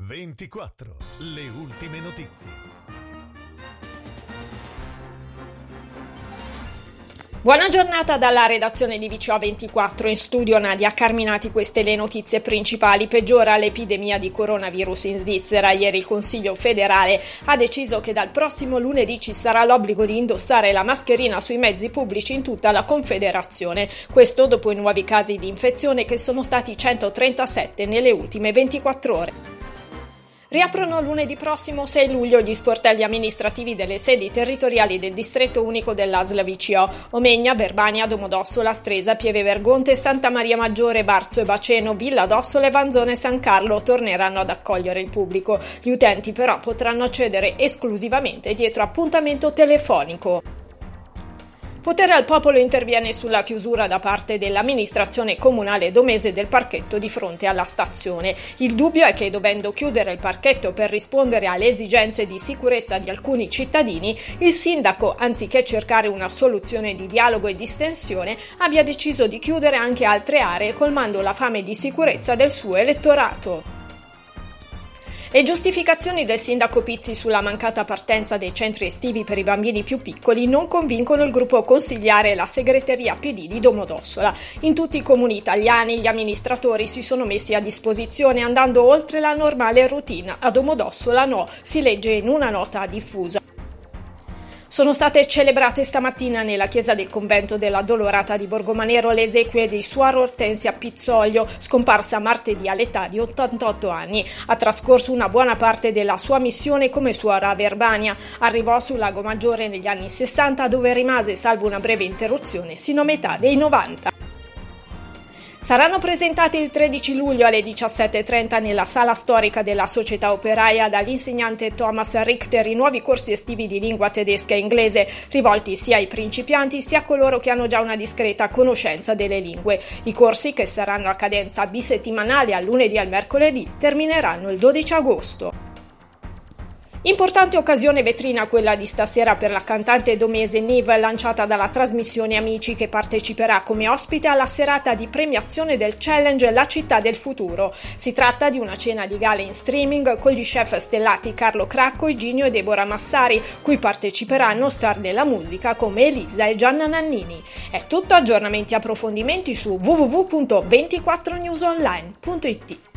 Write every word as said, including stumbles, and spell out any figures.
ventiquattro. Le ultime notizie. Buona giornata dalla redazione di V C O ventiquattro, in studio Nadia Carminati. Queste le notizie principali. Peggiora l'epidemia di coronavirus in Svizzera. Ieri il Consiglio federale ha deciso che dal prossimo lunedì ci sarà l'obbligo di indossare la mascherina sui mezzi pubblici in tutta la Confederazione. Questo dopo i nuovi casi di infezione, che sono stati centotrentasette nelle ultime ventiquattro ore. Riaprono lunedì prossimo sei luglio gli sportelli amministrativi delle sedi territoriali del distretto unico dell'A S L V C O. Omegna, Verbania, Domodossola, Stresa, Pieve Vergonte, Santa Maria Maggiore, Barzo e Baceno, Villa d'Ossola e Vanzone e San Carlo torneranno ad accogliere il pubblico. Gli utenti però potranno accedere esclusivamente dietro appuntamento telefonico. Potere al Popolo interviene sulla chiusura da parte dell'amministrazione comunale domese del parchetto di fronte alla stazione. Il dubbio è che, dovendo chiudere il parchetto per rispondere alle esigenze di sicurezza di alcuni cittadini, il sindaco, anziché cercare una soluzione di dialogo e distensione, abbia deciso di chiudere anche altre aree, colmando la fame di sicurezza del suo elettorato. Le giustificazioni del sindaco Pizzi sulla mancata partenza dei centri estivi per i bambini più piccoli non convincono il gruppo consigliare e la segreteria P D di Domodossola. In tutti i comuni italiani gli amministratori si sono messi a disposizione andando oltre la normale routine. A Domodossola no, si legge in una nota diffusa. Sono state celebrate stamattina nella chiesa del convento della Dolorata di Borgomanero le esequie di Suor Ortensia Pizzoglio, scomparsa martedì all'età di ottantotto anni. Ha trascorso una buona parte della sua missione come suora a Verbania. Arrivò sul Lago Maggiore negli anni sessanta, dove rimase, salvo una breve interruzione, sino a metà dei novanta. Saranno presentati il tredici luglio alle diciassette e trenta nella sala storica della Società Operaia dall'insegnante Thomas Richter i nuovi corsi estivi di lingua tedesca e inglese, rivolti sia ai principianti sia a coloro che hanno già una discreta conoscenza delle lingue. I corsi, che saranno a cadenza bisettimanale al lunedì e al mercoledì, termineranno il dodici agosto. Importante occasione vetrina quella di stasera per la cantante domese Nive, lanciata dalla trasmissione Amici, che parteciperà come ospite alla serata di premiazione del challenge La città del futuro. Si tratta di una cena di gala in streaming con gli chef stellati Carlo Cracco, Iginio e Deborah Massari, cui parteciperanno star della musica come Elisa e Gianna Nannini. È tutto, aggiornamenti e approfondimenti su w w w punto ventiquattro news online punto i t.